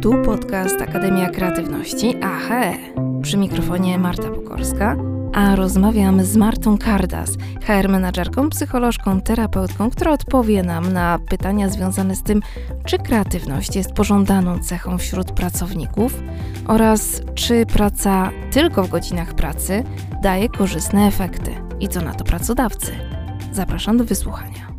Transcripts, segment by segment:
Tu podcast Akademia Kreatywności AHE. Przy mikrofonie Marta Pokorska, a rozmawiam z Martą Kardas, HR menadżerką, psycholożką, terapeutką, która odpowie nam na pytania związane z tym, czy kreatywność jest pożądaną cechą wśród pracowników oraz czy praca tylko w godzinach pracy daje korzystne efekty i co na to pracodawcy. Zapraszam do wysłuchania.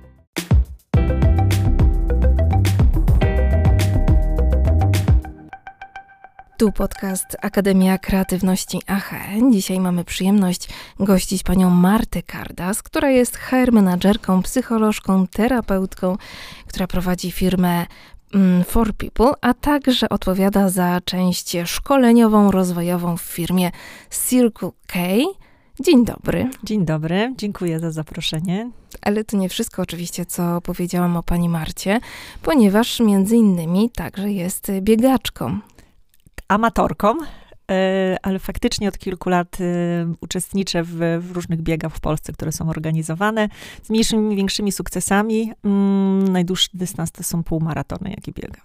Tu podcast Akademia Kreatywności AHE. Dzisiaj mamy przyjemność gościć panią Martę Kardas, która jest HR menadżerką, psycholożką, terapeutką, która prowadzi firmę For People, a także odpowiada za część szkoleniową, rozwojową w firmie Circle K. Dzień dobry. Dzień dobry, dziękuję za zaproszenie. Ale to nie wszystko oczywiście, co powiedziałam o pani Marcie, ponieważ między innymi także jest biegaczką. Amatorką, ale faktycznie od kilku lat uczestniczę w różnych biegach w Polsce, które są organizowane z mniejszymi, większymi sukcesami. Najdłuższy dystans to są półmaratony, jakie biegam.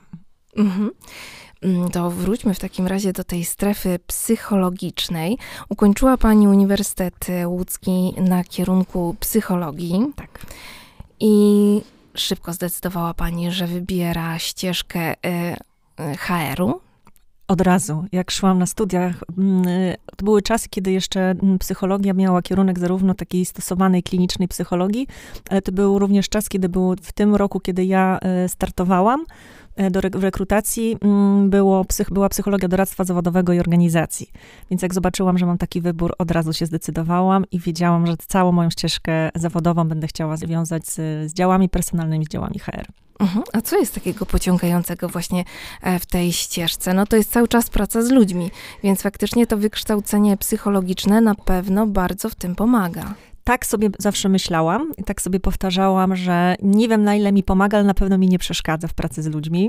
To wróćmy w takim razie do tej strefy psychologicznej. Ukończyła pani Uniwersytet Łódzki na kierunku psychologii. Tak. I szybko zdecydowała pani, że wybiera ścieżkę HR-u. Od razu, jak szłam na studiach, to były czasy, kiedy jeszcze psychologia miała kierunek zarówno takiej stosowanej klinicznej psychologii, ale to był również czas, kiedy był w tym roku, kiedy ja startowałam do rekrutacji, była psychologia doradztwa zawodowego i organizacji. Więc jak zobaczyłam, że mam taki wybór, od razu się zdecydowałam i wiedziałam, że całą moją ścieżkę zawodową będę chciała związać z działami personalnymi, z działami HR. A co jest takiego pociągającego właśnie w tej ścieżce? No to jest cały czas praca z ludźmi, więc faktycznie to wykształcenie psychologiczne na pewno bardzo w tym pomaga. Tak sobie zawsze myślałam i tak sobie powtarzałam, że nie wiem, na ile mi pomaga, ale na pewno mi nie przeszkadza w pracy z ludźmi.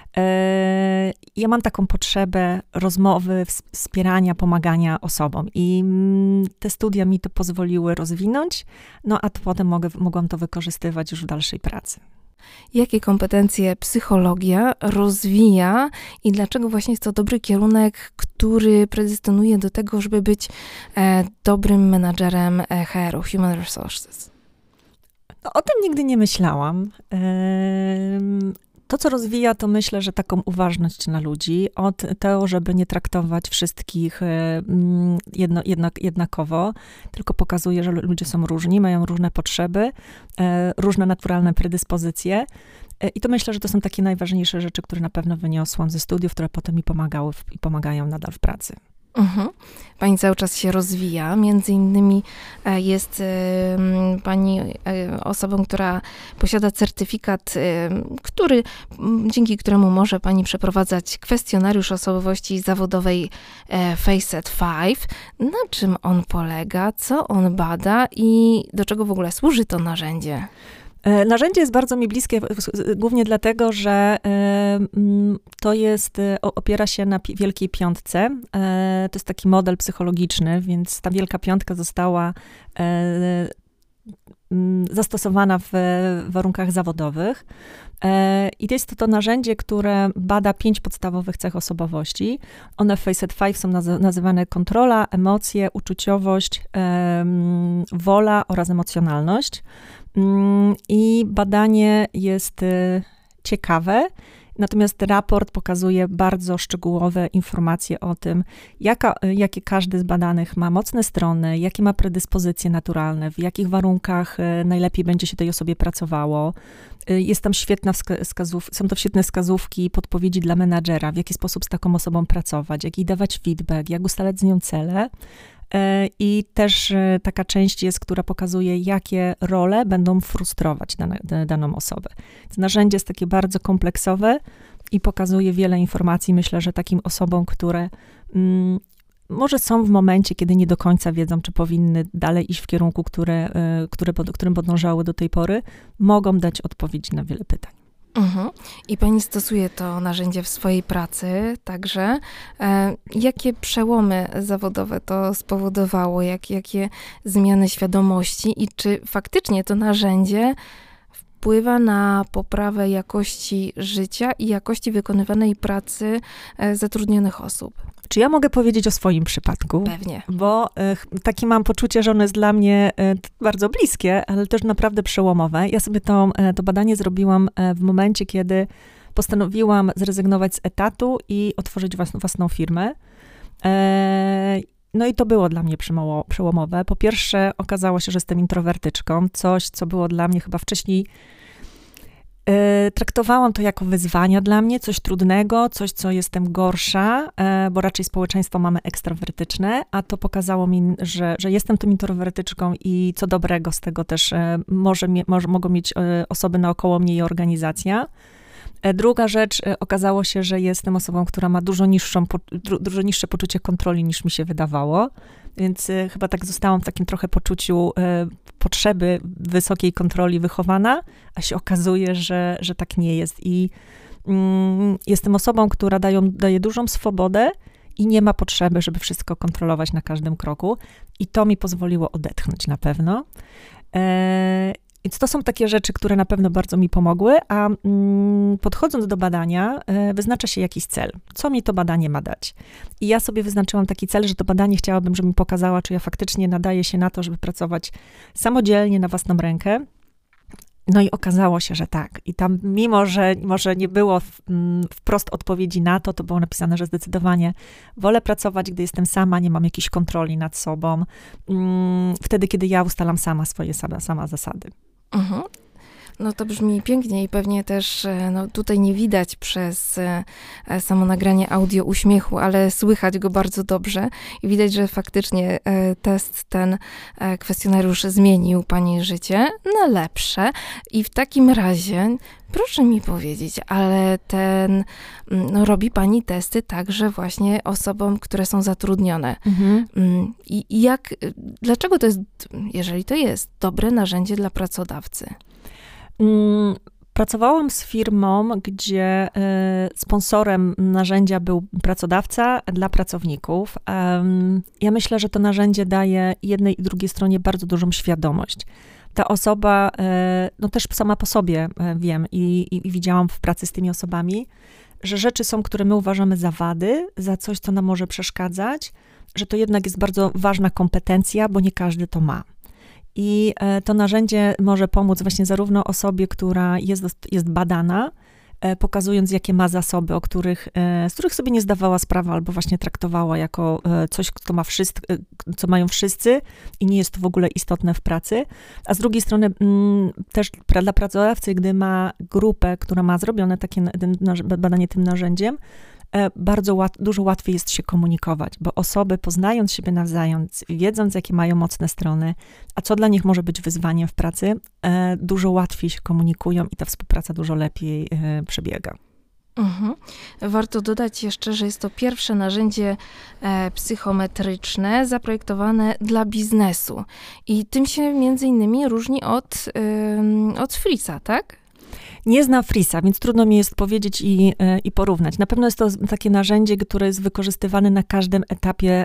Ja mam taką potrzebę rozmowy, wspierania, pomagania osobom i te studia mi to pozwoliły rozwinąć, no a potem mogłam to wykorzystywać już w dalszej pracy. Jakie kompetencje psychologia rozwija i dlaczego właśnie jest to dobry kierunek, który predysponuje do tego, żeby być dobrym menadżerem HR-u, Human Resources? No, o tym nigdy nie myślałam. To, co rozwija, to myślę, że taką uważność na ludzi, od tego, żeby nie traktować wszystkich jednakowo, tylko pokazuje, że ludzie są różni, mają różne potrzeby, różne naturalne predyspozycje. I to myślę, że to są takie najważniejsze rzeczy, które na pewno wyniosłam ze studiów, które potem mi pomagały i pomagają nadal w pracy. Pani cały czas się rozwija, między innymi jest pani osobą, która posiada certyfikat, dzięki któremu może pani przeprowadzać kwestionariusz osobowości zawodowej FACET5. Na czym on polega, co on bada i do czego w ogóle służy to narzędzie? Narzędzie jest bardzo mi bliskie, głównie dlatego, że opiera się na Wielkiej Piątce. To jest taki model psychologiczny, więc ta Wielka Piątka została zastosowana w warunkach zawodowych. I jest to narzędzie, które bada 5 podstawowych cech osobowości. One w FACET5 są nazywane kontrola, emocje, uczuciowość, wola oraz emocjonalność. I badanie jest ciekawe, natomiast raport pokazuje bardzo szczegółowe informacje o tym, jakie każdy z badanych ma mocne strony, jakie ma predyspozycje naturalne, w jakich warunkach najlepiej będzie się tej osobie pracowało. Są to świetne wskazówki, podpowiedzi dla menadżera, w jaki sposób z taką osobą pracować, jak jej dawać feedback, jak ustalać z nią cele. I też taka część jest, która pokazuje, jakie role będą frustrować daną osobę. Narzędzie jest takie bardzo kompleksowe i pokazuje wiele informacji, myślę, że takim osobom, które może są w momencie, kiedy nie do końca wiedzą, czy powinny dalej iść w kierunku, którym podążały do tej pory, mogą dać odpowiedź na wiele pytań. I pani stosuje to narzędzie w swojej pracy także. Jakie przełomy zawodowe to spowodowało? Jakie zmiany świadomości? I czy faktycznie to narzędzie wpływa na poprawę jakości życia i jakości wykonywanej pracy zatrudnionych osób. Czy ja mogę powiedzieć o swoim przypadku? Pewnie. Bo takie mam poczucie, że ono jest dla mnie bardzo bliskie, ale też naprawdę przełomowe. Ja sobie to badanie zrobiłam w momencie, kiedy postanowiłam zrezygnować z etatu i otworzyć własną firmę. No i to było dla mnie przełomowe. Po pierwsze, okazało się, że jestem introwertyczką. Coś, co było dla mnie chyba wcześniej... Traktowałam to jako wyzwania dla mnie, coś trudnego, coś, co jestem gorsza, bo raczej społeczeństwo mamy ekstrawertyczne, a to pokazało mi, że jestem tą introwertyczką i co dobrego z tego też mogą mieć osoby naokoło mnie i organizacja. Druga rzecz, okazało się, że jestem osobą, która ma dużo niższe poczucie kontroli, niż mi się wydawało, więc chyba tak zostałam w takim trochę poczuciu potrzeby wysokiej kontroli wychowana, a się okazuje, że tak nie jest. I jestem osobą, która daje dużą swobodę i nie ma potrzeby, żeby wszystko kontrolować na każdym kroku. I to mi pozwoliło odetchnąć na pewno. Więc to są takie rzeczy, które na pewno bardzo mi pomogły, a podchodząc do badania, wyznacza się jakiś cel. Co mi to badanie ma dać? I ja sobie wyznaczyłam taki cel, że to badanie chciałabym, żeby mi pokazała, czy ja faktycznie nadaję się na to, żeby pracować samodzielnie, na własną rękę. No i okazało się, że tak. I tam, mimo że może nie było wprost odpowiedzi na to, to było napisane, że zdecydowanie wolę pracować, gdy jestem sama, nie mam jakiejś kontroli nad sobą. Wtedy, kiedy ja ustalam sama swoje zasady. Mhm. No to brzmi pięknie i pewnie też tutaj nie widać przez samo nagranie audio uśmiechu, ale słychać go bardzo dobrze i widać, że faktycznie test ten kwestionariusz zmienił pani życie na lepsze. I w takim razie proszę mi powiedzieć, ale robi pani testy także właśnie osobom, które są zatrudnione. Mhm. I dlaczego to jest, jeżeli to jest dobre narzędzie dla pracodawcy? Pracowałam z firmą, gdzie sponsorem narzędzia był pracodawca dla pracowników. Ja myślę, że to narzędzie daje jednej i drugiej stronie bardzo dużą świadomość. Ta osoba, też sama po sobie wiem i widziałam w pracy z tymi osobami, że rzeczy są, które my uważamy za wady, za coś, co nam może przeszkadzać, że to jednak jest bardzo ważna kompetencja, bo nie każdy to ma. I to narzędzie może pomóc właśnie zarówno osobie, która jest badana, pokazując, jakie ma zasoby, z których sobie nie zdawała sprawy, albo właśnie traktowała jako coś, co mają wszyscy i nie jest to w ogóle istotne w pracy. A z drugiej strony też dla pracodawcy, gdy ma grupę, która ma zrobione takie badanie tym narzędziem, dużo łatwiej jest się komunikować, bo osoby poznając siebie nawzajem, wiedząc, jakie mają mocne strony, a co dla nich może być wyzwaniem w pracy, dużo łatwiej się komunikują i ta współpraca dużo lepiej przebiega. Mhm. Warto dodać jeszcze, że jest to pierwsze narzędzie psychometryczne zaprojektowane dla biznesu. I tym się między innymi różni od Frisa, tak? Nie znam Frisa, więc trudno mi jest powiedzieć i porównać. Na pewno jest to takie narzędzie, które jest wykorzystywane na każdym etapie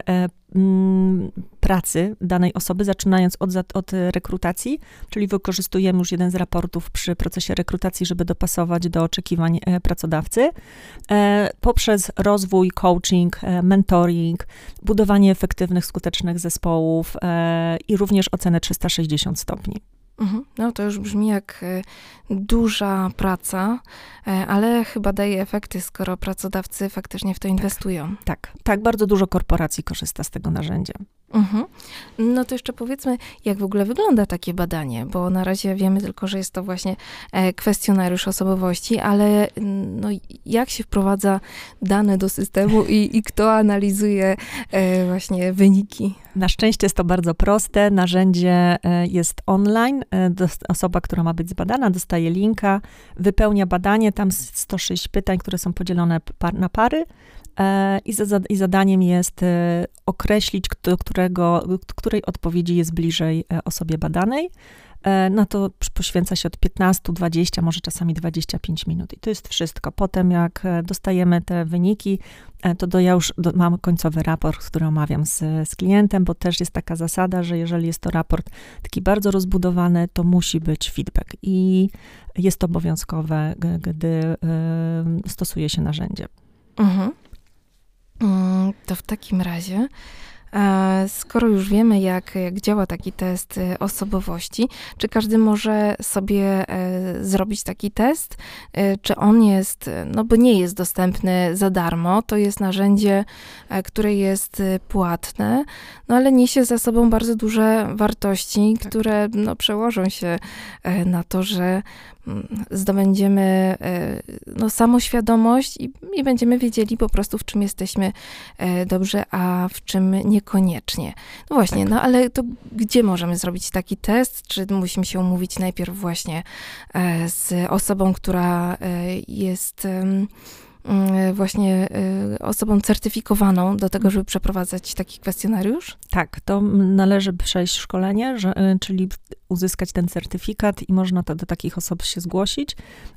pracy danej osoby, zaczynając od rekrutacji, czyli wykorzystujemy już jeden z raportów przy procesie rekrutacji, żeby dopasować do oczekiwań pracodawcy, poprzez rozwój, coaching, mentoring, budowanie efektywnych, skutecznych zespołów i również ocenę 360 stopni. No to już brzmi jak duża praca, ale chyba daje efekty, skoro pracodawcy faktycznie w to inwestują. Tak, bardzo dużo korporacji korzysta z tego narzędzia. No to jeszcze powiedzmy, jak w ogóle wygląda takie badanie, bo na razie wiemy tylko, że jest to właśnie kwestionariusz osobowości, ale jak się wprowadza dane do systemu i kto analizuje właśnie wyniki? Na szczęście jest to bardzo proste. Narzędzie jest online. Osoba, która ma być zbadana, dostaje linka, wypełnia badanie. Tam 106 pytań, które są podzielone na pary. I zadaniem jest określić, której odpowiedzi jest bliżej osobie badanej. Na to poświęca się od 15, 20, może czasami 25 minut. I to jest wszystko. Potem jak dostajemy te wyniki, to ja już mam końcowy raport, który omawiam z klientem, bo też jest taka zasada, że jeżeli jest to raport taki bardzo rozbudowany, to musi być feedback. I jest to obowiązkowe, gdy stosuje się narzędzie. Mhm. To w takim razie, skoro już wiemy, jak działa taki test osobowości, czy każdy może sobie zrobić taki test? Czy on jest, no bo nie jest dostępny za darmo, to jest narzędzie, które jest płatne, no ale niesie za sobą bardzo duże wartości, Tak. które no, przełożą się na to, że zdobędziemy no, samoświadomość i będziemy wiedzieli po prostu, w czym jesteśmy dobrze, a w czym niekoniecznie. No właśnie, Tak. no ale to gdzie możemy zrobić taki test? Czy musimy się umówić najpierw właśnie z osobą, która jest właśnie osobą certyfikowaną do tego, żeby przeprowadzać taki kwestionariusz? Tak, to należy przejść szkolenie, czyli uzyskać ten certyfikat i można to do takich osób się zgłosić.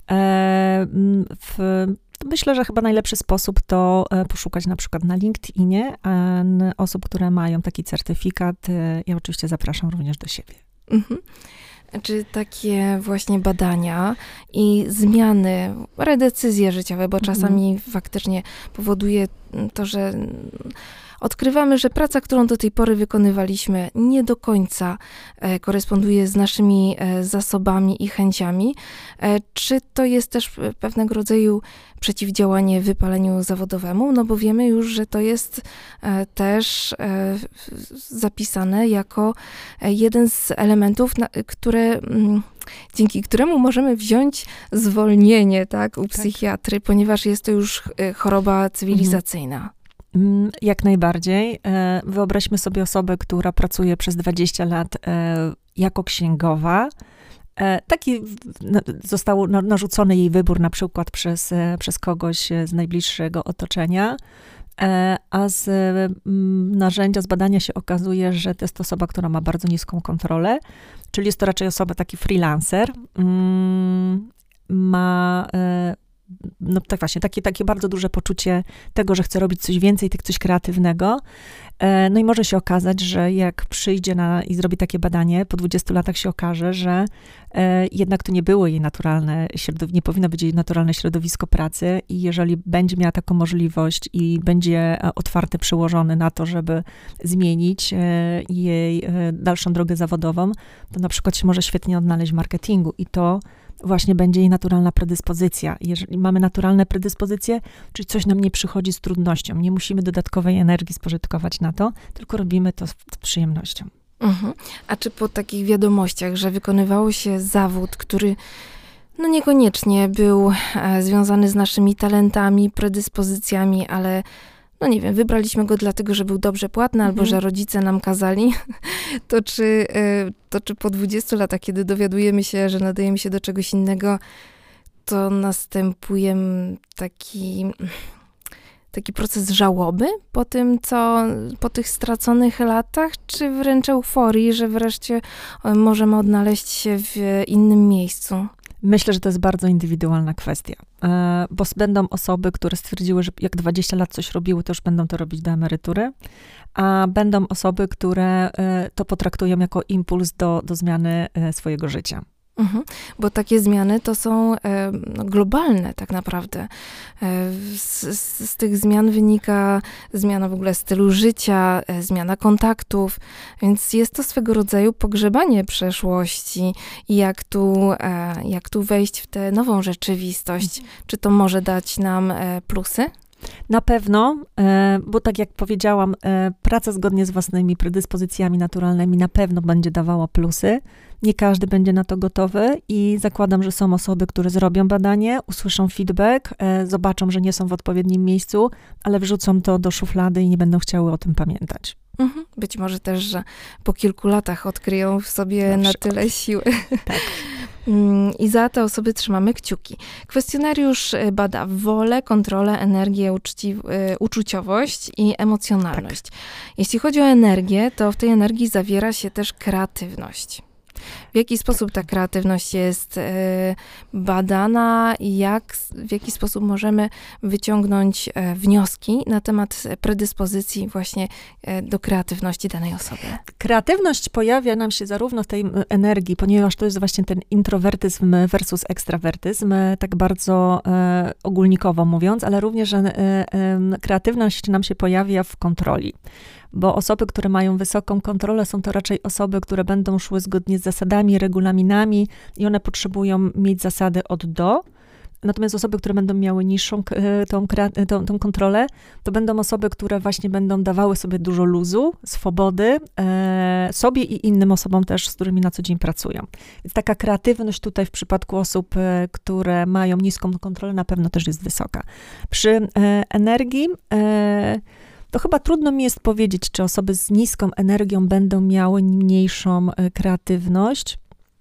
Myślę, że chyba najlepszy sposób to poszukać na przykład na LinkedInie osób, które mają taki certyfikat. Ja oczywiście zapraszam również do siebie. Mhm. Czy takie właśnie badania i zmiany, decyzje życiowe, bo czasami faktycznie powoduje to, że odkrywamy, że praca, którą do tej pory wykonywaliśmy, nie do końca koresponduje z naszymi zasobami i chęciami. Czy to jest też pewnego rodzaju przeciwdziałanie wypaleniu zawodowemu? No bo wiemy już, że to jest też zapisane jako jeden z elementów, dzięki któremu możemy wziąć zwolnienie, tak, u psychiatry, ponieważ jest to już choroba cywilizacyjna. Jak najbardziej. Wyobraźmy sobie osobę, która pracuje przez 20 lat jako księgowa. Taki został narzucony jej wybór na przykład przez kogoś z najbliższego otoczenia, a z narzędzia, z badania się okazuje, że to jest osoba, która ma bardzo niską kontrolę, czyli jest to raczej osoba, taki freelancer, ma no tak właśnie, takie bardzo duże poczucie tego, że chce robić coś więcej, coś kreatywnego. No i może się okazać, że jak przyjdzie i zrobi takie badanie, po 20 latach się okaże, że jednak to nie było jej naturalne środowisko, nie powinno być jej naturalne środowisko pracy i jeżeli będzie miała taką możliwość i będzie otwarty, przyłożony na to, żeby zmienić jej dalszą drogę zawodową, to na przykład się może świetnie odnaleźć w marketingu i to właśnie będzie jej naturalna predyspozycja. Jeżeli mamy naturalne predyspozycje, czyli coś nam nie przychodzi z trudnością, nie musimy dodatkowej energii spożytkować na to, tylko robimy to z przyjemnością. Mhm. A czy po takich wiadomościach, że wykonywało się zawód, który no niekoniecznie był związany z naszymi talentami, predyspozycjami, ale no nie wiem, wybraliśmy go dlatego, że był dobrze płatny, albo że rodzice nam kazali, to czy po 20 latach, kiedy dowiadujemy się, że nadajemy się do czegoś innego, to następuje taki proces żałoby po tych straconych latach, czy wręcz euforii, że wreszcie możemy odnaleźć się w innym miejscu? Myślę, że to jest bardzo indywidualna kwestia, bo będą osoby, które stwierdziły, że jak 20 lat coś robiły, to już będą to robić do emerytury, a będą osoby, które to potraktują jako impuls do zmiany swojego życia. Bo takie zmiany to są globalne tak naprawdę. Z tych zmian wynika zmiana w ogóle stylu życia, zmiana kontaktów, więc jest to swego rodzaju pogrzebanie przeszłości i jak tu wejść w tę nową rzeczywistość. Czy to może dać nam plusy? Na pewno, bo tak jak powiedziałam, praca zgodnie z własnymi predyspozycjami naturalnymi na pewno będzie dawała plusy. Nie każdy będzie na to gotowy i zakładam, że są osoby, które zrobią badanie, usłyszą feedback, zobaczą, że nie są w odpowiednim miejscu, ale wrzucą to do szuflady i nie będą chciały o tym pamiętać. Być może też, że po kilku latach odkryją w sobie na tyle siły. Tak. I za te osoby trzymamy kciuki. Kwestionariusz bada wolę, kontrolę, energię, uczuciowość i emocjonalność. Tak. Jeśli chodzi o energię, to w tej energii zawiera się też kreatywność. W jaki sposób ta kreatywność jest badana i w jaki sposób możemy wyciągnąć wnioski na temat predyspozycji właśnie do kreatywności danej osoby? Kreatywność pojawia nam się zarówno w tej energii, ponieważ to jest właśnie ten introwertyzm versus ekstrawertyzm, tak bardzo ogólnikowo mówiąc, ale również, że kreatywność nam się pojawia w kontroli. Bo osoby, które mają wysoką kontrolę, są to raczej osoby, które będą szły zgodnie z zasadami, regulaminami i one potrzebują mieć zasady od do. Natomiast osoby, które będą miały niższą tą kontrolę, to będą osoby, które właśnie będą dawały sobie dużo luzu, swobody sobie i innym osobom też, z którymi na co dzień pracują. Więc taka kreatywność tutaj w przypadku osób, które mają niską kontrolę, na pewno też jest wysoka. Przy energii to chyba trudno mi jest powiedzieć, czy osoby z niską energią będą miały mniejszą kreatywność.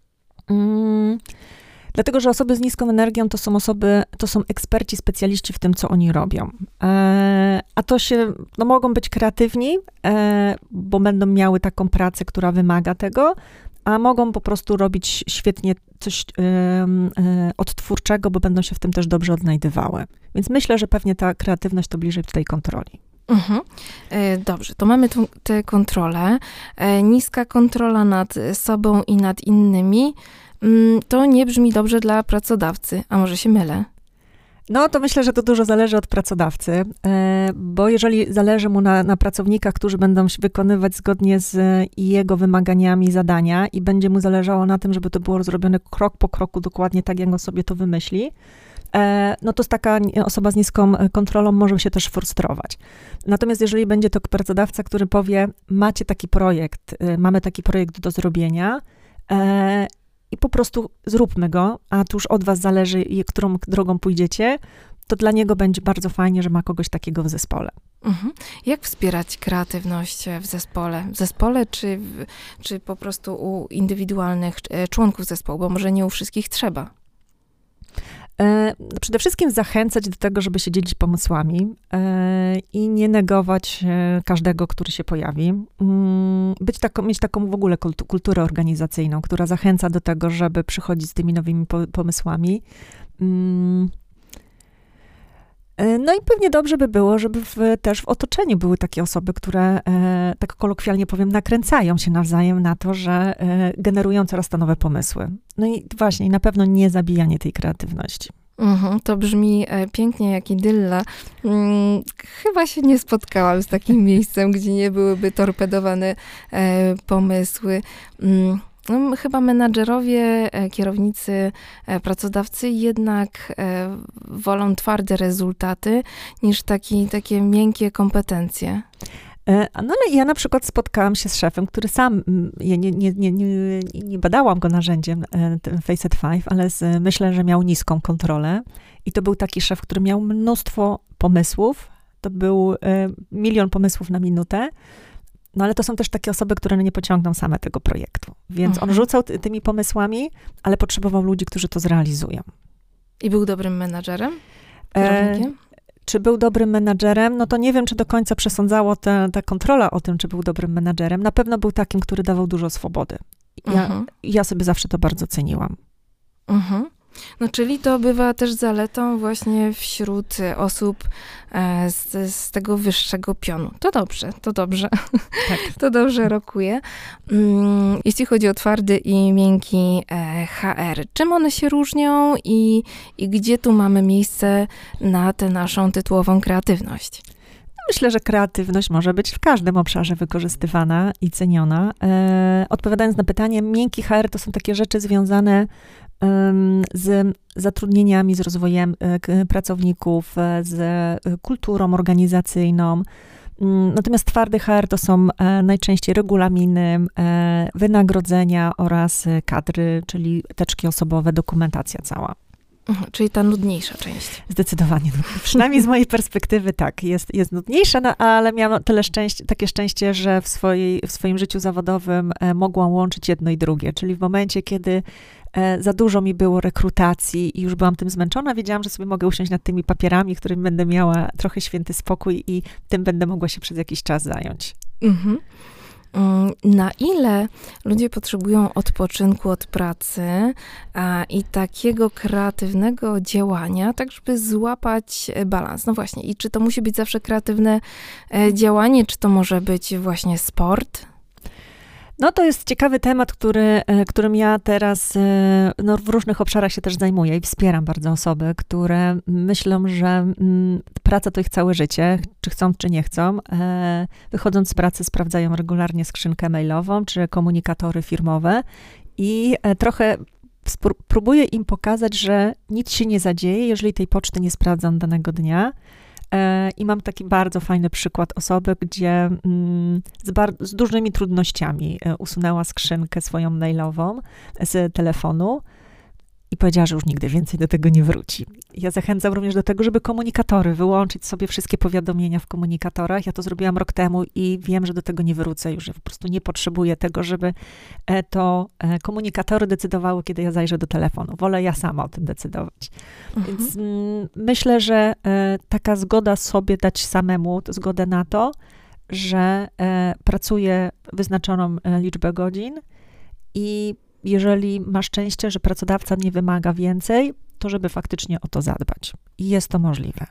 Dlatego, że osoby z niską energią to są eksperci, specjaliści w tym, co oni robią. A to mogą być kreatywni, bo będą miały taką pracę, która wymaga tego, a mogą po prostu robić świetnie coś odtwórczego, bo będą się w tym też dobrze odnajdywały. Więc myślę, że pewnie ta kreatywność to bliżej tej kontroli. Mhm. Dobrze, to mamy tę kontrolę. Niska kontrola nad sobą i nad innymi. To nie brzmi dobrze dla pracodawcy, a może się mylę? No, to myślę, że to dużo zależy od pracodawcy, bo jeżeli zależy mu na pracownikach, którzy będą wykonywać zgodnie z jego wymaganiami zadania i będzie mu zależało na tym, żeby to było zrobione krok po kroku, dokładnie tak, jak on sobie to wymyśli, no to taka osoba z niską kontrolą może się też frustrować. Natomiast jeżeli będzie to pracodawca, który powie, macie taki projekt, mamy taki projekt do zrobienia, i po prostu zróbmy go, a tu już od was zależy, którą drogą pójdziecie, to dla niego będzie bardzo fajnie, że ma kogoś takiego w zespole. Mhm. Jak wspierać kreatywność w zespole? W zespole, czy po prostu u indywidualnych członków zespołu, bo może nie u wszystkich trzeba? Przede wszystkim zachęcać do tego, żeby się dzielić pomysłami i nie negować każdego, który się pojawi. Mieć taką w ogóle kulturę organizacyjną, która zachęca do tego, żeby przychodzić z tymi nowymi pomysłami. No i pewnie dobrze by było, żeby też w otoczeniu były takie osoby, które, tak kolokwialnie powiem, nakręcają się nawzajem na to, że generują coraz to nowe pomysły. No i właśnie, na pewno nie zabijanie tej kreatywności. To brzmi pięknie jak idylla. Chyba się nie spotkałam z takim miejscem, gdzie nie byłyby torpedowane pomysły. No, chyba menadżerowie, kierownicy, pracodawcy jednak wolą twarde rezultaty niż takie miękkie kompetencje. No ale ja na przykład spotkałam się z szefem, który sam, ja nie badałam go narzędziem Facet 5, ale myślę, że miał niską kontrolę. I to był taki szef, który miał mnóstwo pomysłów. To był 1 milion pomysłów na minutę. No ale to są też takie osoby, które nie pociągną same tego projektu. Więc on rzucał tymi pomysłami, ale potrzebował ludzi, którzy to zrealizują. I był dobrym menadżerem? Kierownikiem? Czy był dobrym menadżerem? No to nie wiem, czy do końca przesądzało ta kontrola o tym, czy był dobrym menadżerem. Na pewno był takim, który dawał dużo swobody. Ja sobie zawsze to bardzo ceniłam. No, czyli to bywa też zaletą właśnie wśród osób z tego wyższego pionu. To dobrze. Tak. To dobrze rokuje. Jeśli chodzi o twardy i miękki HR, czym one się różnią i gdzie tu mamy miejsce na tę naszą tytułową kreatywność? Myślę, że kreatywność może być w każdym obszarze wykorzystywana i ceniona. Odpowiadając na pytanie, miękki HR to są takie rzeczy związane z zatrudnieniami, z rozwojem pracowników, z kulturą organizacyjną. Natomiast twardy HR to są najczęściej regulaminy, wynagrodzenia oraz kadry, czyli teczki osobowe, dokumentacja cała. Czyli ta nudniejsza część. Zdecydowanie. Przynajmniej z mojej perspektywy tak, jest nudniejsza, no, ale miałam takie szczęście, że w swoim życiu zawodowym mogłam łączyć jedno i drugie. Czyli w momencie, kiedy za dużo mi było rekrutacji i już byłam tym zmęczona, wiedziałam, że sobie mogę usiąść nad tymi papierami, którymi będę miała trochę święty spokój i tym będę mogła się przez jakiś czas zająć. Na ile ludzie potrzebują odpoczynku od pracy i takiego kreatywnego działania, tak żeby złapać balans? No właśnie, i czy to musi być zawsze kreatywne działanie, czy to może być właśnie sport? No to jest ciekawy temat, którym ja teraz w różnych obszarach się też zajmuję i wspieram bardzo osoby, które myślą, że praca to ich całe życie, czy chcą, czy nie chcą. Wychodząc z pracy sprawdzają regularnie skrzynkę mailową, czy komunikatory firmowe i trochę próbuję im pokazać, że nic się nie zadzieje, jeżeli tej poczty nie sprawdzą danego dnia. I mam taki bardzo fajny przykład osoby, gdzie z dużymi trudnościami usunęła skrzynkę swoją mailową z telefonu i powiedziała, że już nigdy więcej do tego nie wróci. Ja zachęcam również do tego, żeby komunikatory, wyłączyć sobie wszystkie powiadomienia w komunikatorach. Ja to zrobiłam rok temu i wiem, że do tego nie wrócę już, że po prostu nie potrzebuję tego, żeby to komunikatory decydowały, kiedy ja zajrzę do telefonu. Wolę ja sama o tym decydować. Więc myślę, że taka zgoda sobie dać samemu, to zgodę na to, że pracuję wyznaczoną liczbę godzin i jeżeli ma szczęście, że pracodawca nie wymaga więcej, to żeby faktycznie o to zadbać. I jest to możliwe.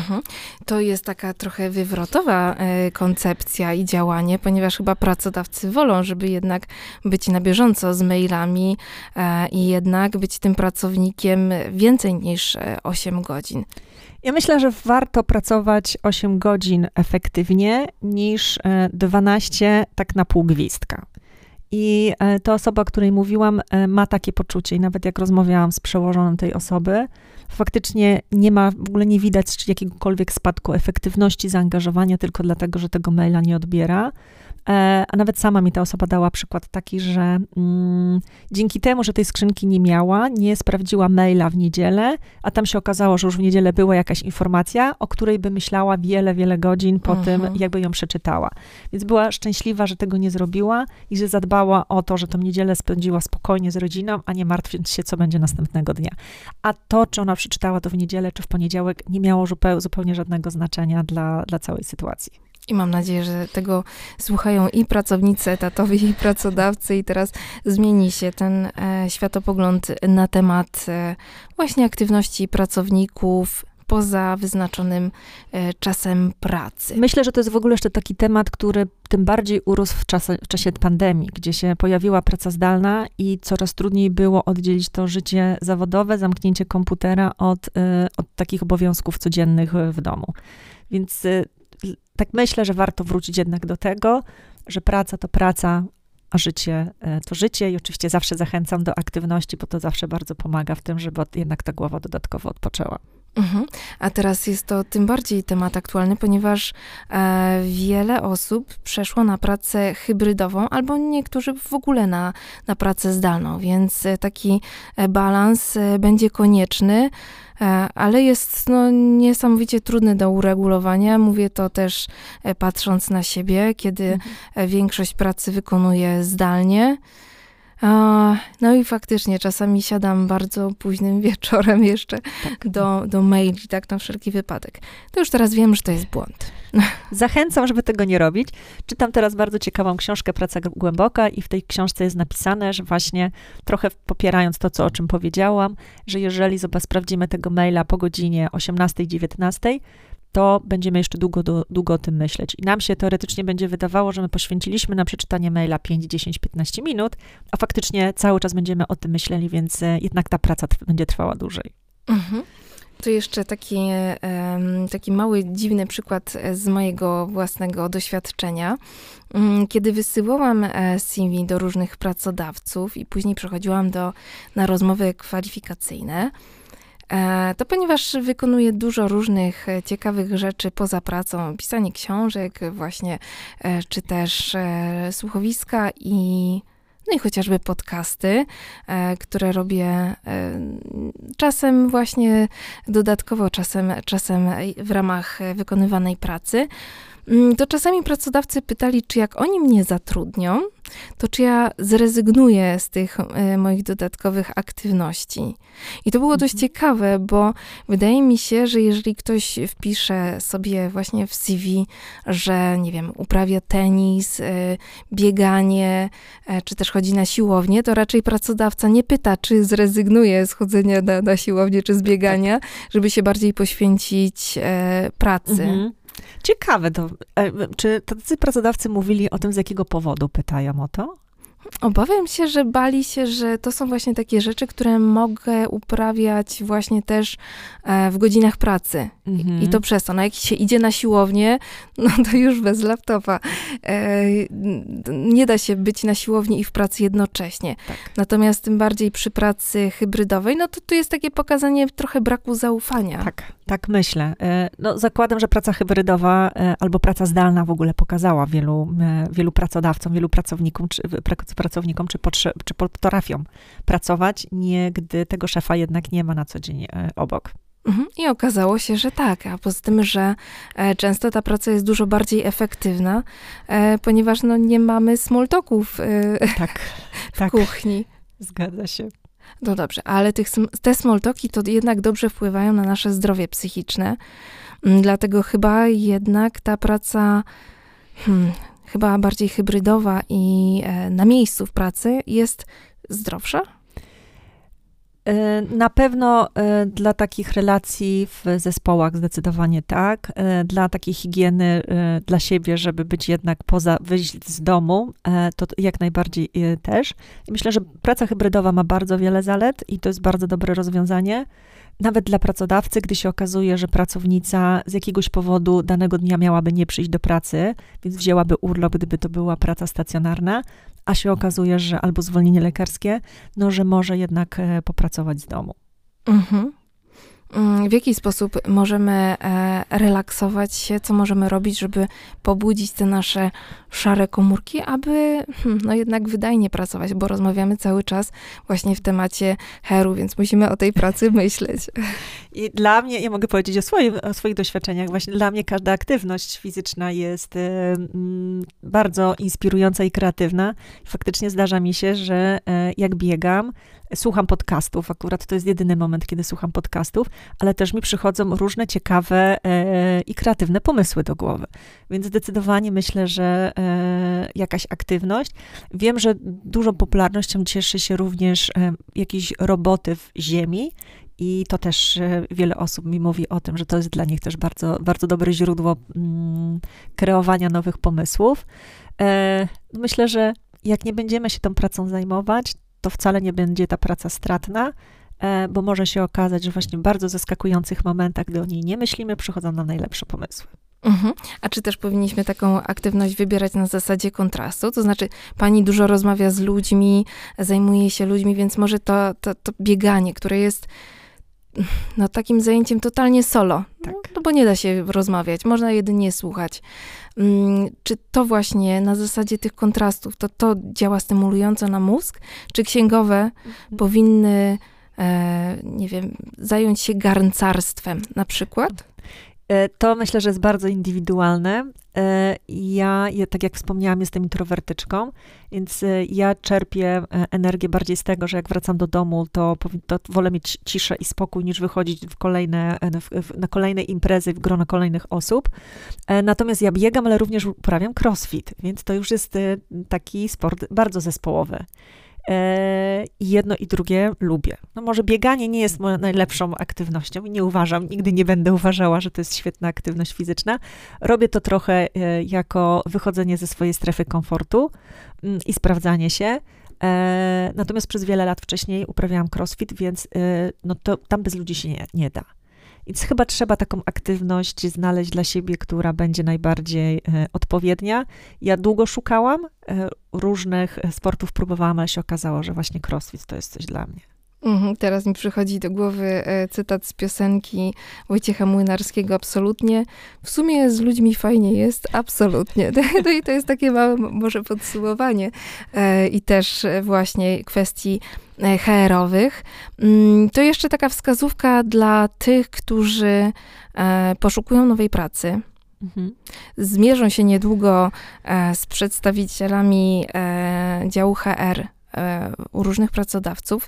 To jest taka trochę wywrotowa koncepcja i działanie, ponieważ chyba pracodawcy wolą, żeby jednak być na bieżąco z mailami i jednak być tym pracownikiem więcej niż 8 godzin. Ja myślę, że warto pracować 8 godzin efektywnie niż 12 tak na pół gwizdka. I ta osoba, o której mówiłam, ma takie poczucie i nawet jak rozmawiałam z przełożonym tej osoby, faktycznie w ogóle nie widać jakiegokolwiek spadku efektywności, zaangażowania tylko dlatego, że tego maila nie odbiera. A nawet sama mi ta osoba dała przykład taki, że dzięki temu, że tej skrzynki nie miała, nie sprawdziła maila w niedzielę, a tam się okazało, że już w niedzielę była jakaś informacja, o której by myślała wiele, wiele godzin po tym, jakby ją przeczytała. Więc była szczęśliwa, że tego nie zrobiła i że zadbała o to, że tą niedzielę spędziła spokojnie z rodziną, a nie martwiąc się, co będzie następnego dnia. A to, czy ona przeczytała to w niedzielę, czy w poniedziałek, nie miało zupełnie żadnego znaczenia dla całej sytuacji. I mam nadzieję, że tego słuchają i pracownicy etatowi, i pracodawcy i teraz zmieni się ten światopogląd na temat właśnie aktywności pracowników poza wyznaczonym czasem pracy. Myślę, że to jest w ogóle jeszcze taki temat, który tym bardziej urósł w czasie pandemii, gdzie się pojawiła praca zdalna i coraz trudniej było oddzielić to życie zawodowe, zamknięcie komputera od takich obowiązków codziennych w domu. Więc tak myślę, że warto wrócić jednak do tego, że praca to praca, a życie to życie i oczywiście zawsze zachęcam do aktywności, bo to zawsze bardzo pomaga w tym, żeby jednak ta głowa dodatkowo odpoczęła. A teraz jest to tym bardziej temat aktualny, ponieważ wiele osób przeszło na pracę hybrydową, albo niektórzy w ogóle na pracę zdalną, więc taki balans będzie konieczny, ale jest niesamowicie trudny do uregulowania. Mówię to też patrząc na siebie, kiedy większość pracy wykonuję zdalnie. No i faktycznie czasami siadam bardzo późnym wieczorem jeszcze do maili, tak na wszelki wypadek. To już teraz wiem, że to jest błąd. Zachęcam, żeby tego nie robić. Czytam teraz bardzo ciekawą książkę Praca głęboka i w tej książce jest napisane, że właśnie trochę popierając to, o czym powiedziałam, że jeżeli sprawdzimy tego maila po godzinie 18-19, to będziemy jeszcze długo o tym myśleć. I nam się teoretycznie będzie wydawało, że my poświęciliśmy na przeczytanie maila 5, 10, 15 minut, a faktycznie cały czas będziemy o tym myśleli, więc jednak ta praca będzie trwała dłużej. To jeszcze taki mały, dziwny przykład z mojego własnego doświadczenia. Kiedy wysyłałam CV do różnych pracodawców i później przechodziłam na rozmowy kwalifikacyjne, to ponieważ wykonuję dużo różnych ciekawych rzeczy poza pracą, pisanie książek właśnie, czy też słuchowiska i chociażby podcasty, które robię czasem właśnie dodatkowo, czasem w ramach wykonywanej pracy, to czasami pracodawcy pytali, czy jak oni mnie zatrudnią, to czy ja zrezygnuję z tych moich dodatkowych aktywności. I to było dość ciekawe, bo wydaje mi się, że jeżeli ktoś wpisze sobie właśnie w CV, że nie wiem, uprawia tenis, bieganie, czy też chodzi na siłownię, to raczej pracodawca nie pyta, czy zrezygnuje z chodzenia na siłownię, czy z biegania, żeby się bardziej poświęcić pracy. Ciekawe, czy tacy pracodawcy mówili o tym, z jakiego powodu pytają o to? Obawiam się, że bali się, że to są właśnie takie rzeczy, które mogę uprawiać właśnie też w godzinach pracy. I to przez to. No jak się idzie na siłownię, no to już bez laptopa. Nie da się być na siłowni i w pracy jednocześnie. Tak. Natomiast tym bardziej przy pracy hybrydowej, no to tu jest takie pokazanie trochę braku zaufania. Tak myślę. No, zakładam, że praca hybrydowa albo praca zdalna w ogóle pokazała wielu pracodawcom, wielu pracownikom, czy potrafią pracować, gdy tego szefa jednak nie ma na co dzień obok. I okazało się, że tak, a poza tym, że często ta praca jest dużo bardziej efektywna, ponieważ no, nie mamy small talków w kuchni. Zgadza się. No dobrze, ale te small talki to jednak dobrze wpływają na nasze zdrowie psychiczne, dlatego chyba jednak ta praca chyba bardziej hybrydowa i na miejscu w pracy jest zdrowsza? Na pewno dla takich relacji w zespołach zdecydowanie tak. Dla takiej higieny dla siebie, żeby być jednak wyjść z domu, to jak najbardziej też. I myślę, że praca hybrydowa ma bardzo wiele zalet i to jest bardzo dobre rozwiązanie. Nawet dla pracodawcy, gdy się okazuje, że pracownica z jakiegoś powodu danego dnia miałaby nie przyjść do pracy, więc wzięłaby urlop, gdyby to była praca stacjonarna, a się okazuje, że albo zwolnienie lekarskie, no, że może jednak popracować z domu. W jaki sposób możemy relaksować się? Co możemy robić, żeby pobudzić te nasze szare komórki, aby no jednak wydajnie pracować, bo rozmawiamy cały czas właśnie w temacie HR-u, więc musimy o tej pracy myśleć. I dla mnie, ja mogę powiedzieć o swoich doświadczeniach, właśnie dla mnie każda aktywność fizyczna jest bardzo inspirująca i kreatywna. Faktycznie zdarza mi się, że jak biegam, słucham podcastów, akurat to jest jedyny moment, kiedy słucham podcastów, ale też mi przychodzą różne ciekawe i kreatywne pomysły do głowy. Więc zdecydowanie myślę, że jakaś aktywność. Wiem, że dużą popularnością cieszy się również jakieś roboty w ziemi i to też wiele osób mi mówi o tym, że to jest dla nich też bardzo, bardzo dobre źródło kreowania nowych pomysłów. Myślę, że jak nie będziemy się tą pracą zajmować, to wcale nie będzie ta praca stratna, bo może się okazać, że właśnie w bardzo zaskakujących momentach, gdy o niej nie myślimy, przychodzą nam najlepsze pomysły. A czy też powinniśmy taką aktywność wybierać na zasadzie kontrastu? To znaczy, pani dużo rozmawia z ludźmi, zajmuje się ludźmi, więc może to bieganie, które jest no, takim zajęciem totalnie solo, tak. No bo nie da się rozmawiać, można jedynie słuchać. Czy to właśnie na zasadzie tych kontrastów, to działa stymulująco na mózg? Czy księgowe powinny, nie wiem, zająć się garncarstwem na przykład? To myślę, że jest bardzo indywidualne. Ja, tak jak wspomniałam, jestem introwertyczką, więc ja czerpię energię bardziej z tego, że jak wracam do domu, to wolę mieć ciszę i spokój, niż wychodzić na kolejne imprezy w grono kolejnych osób. Natomiast ja biegam, ale również uprawiam crossfit, więc to już jest taki sport bardzo zespołowy. I jedno i drugie lubię. No może bieganie nie jest moją najlepszą aktywnością i nie uważam, nigdy nie będę uważała, że to jest świetna aktywność fizyczna. Robię to trochę jako wychodzenie ze swojej strefy komfortu i sprawdzanie się. Natomiast przez wiele lat wcześniej uprawiałam crossfit, więc no to tam bez ludzi się nie da. Więc chyba trzeba taką aktywność znaleźć dla siebie, która będzie najbardziej odpowiednia. Ja długo szukałam, różnych sportów próbowałam, ale się okazało, że właśnie crossfit to jest coś dla mnie. Teraz mi przychodzi do głowy cytat z piosenki Wojciecha Młynarskiego, absolutnie. W sumie z ludźmi fajnie jest, absolutnie. No i to jest takie małe może podsumowanie i też właśnie kwestii HR-owych. To jeszcze taka wskazówka dla tych, którzy poszukują nowej pracy. Zmierzą się niedługo z przedstawicielami działu HR u różnych pracodawców.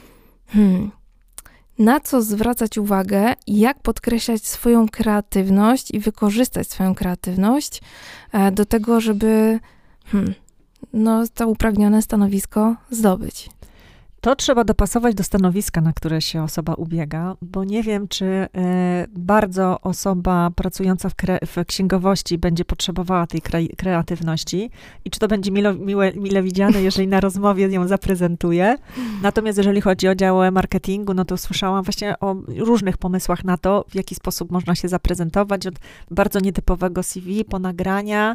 Na co zwracać uwagę i jak podkreślać swoją kreatywność i wykorzystać swoją kreatywność do tego, żeby to upragnione stanowisko zdobyć. To trzeba dopasować do stanowiska, na które się osoba ubiega, bo nie wiem, czy bardzo osoba pracująca w księgowości będzie potrzebowała tej kreatywności i czy to będzie mile widziane, jeżeli na rozmowie ją zaprezentuję. Natomiast jeżeli chodzi o dział marketingu, no to słyszałam właśnie o różnych pomysłach na to, w jaki sposób można się zaprezentować, od bardzo nietypowego CV, po nagrania,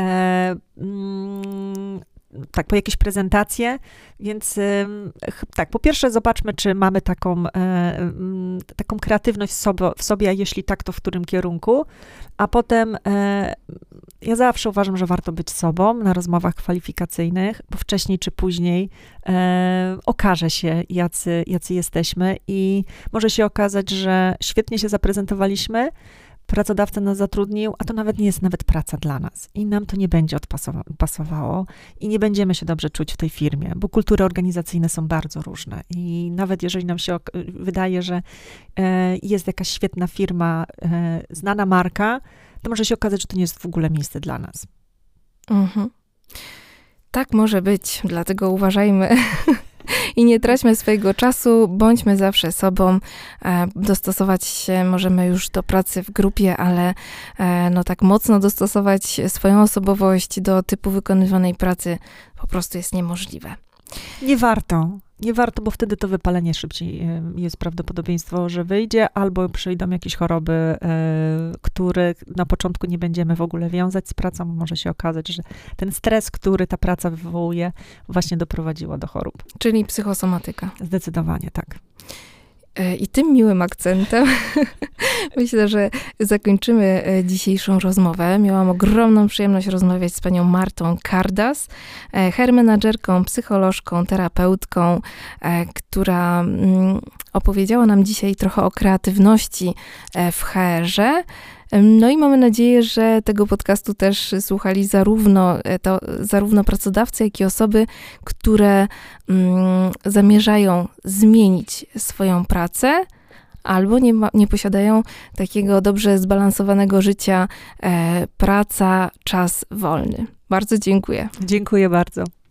tak, po jakieś prezentacje, więc tak, po pierwsze zobaczmy, czy mamy taką kreatywność w sobie, a jeśli tak, to w którym kierunku, a potem ja zawsze uważam, że warto być sobą na rozmowach kwalifikacyjnych, bo wcześniej czy później okaże się, jacy jesteśmy i może się okazać, że świetnie się zaprezentowaliśmy, pracodawca nas zatrudnił, a to nawet nie jest nawet praca dla nas. I nam to nie będzie pasowało i nie będziemy się dobrze czuć w tej firmie, bo kultury organizacyjne są bardzo różne. I nawet jeżeli nam się wydaje, że jest jakaś świetna firma, znana marka, to może się okazać, że to nie jest w ogóle miejsce dla nas. Tak może być, dlatego uważajmy i nie traćmy swojego czasu, bądźmy zawsze sobą. Dostosować się możemy już do pracy w grupie, ale tak mocno dostosować swoją osobowość do typu wykonywanej pracy po prostu jest niemożliwe. Nie warto, bo wtedy to wypalenie szybciej jest prawdopodobieństwo, że wyjdzie, albo przyjdą jakieś choroby, których na początku nie będziemy w ogóle wiązać z pracą. Może się okazać, że ten stres, który ta praca wywołuje, właśnie doprowadziła do chorób. Czyli psychosomatyka. Zdecydowanie, tak. I tym miłym akcentem myślę, że zakończymy dzisiejszą rozmowę. Miałam ogromną przyjemność rozmawiać z panią Martą Kardas, HR menadżerką, psycholożką, terapeutką, która opowiedziała nam dzisiaj trochę o kreatywności w HR-ze. No i mamy nadzieję, że tego podcastu też słuchali zarówno pracodawcy, jak i osoby, które zamierzają zmienić swoją pracę albo nie posiadają takiego dobrze zbalansowanego życia praca, czas wolny. Bardzo dziękuję. Dziękuję bardzo.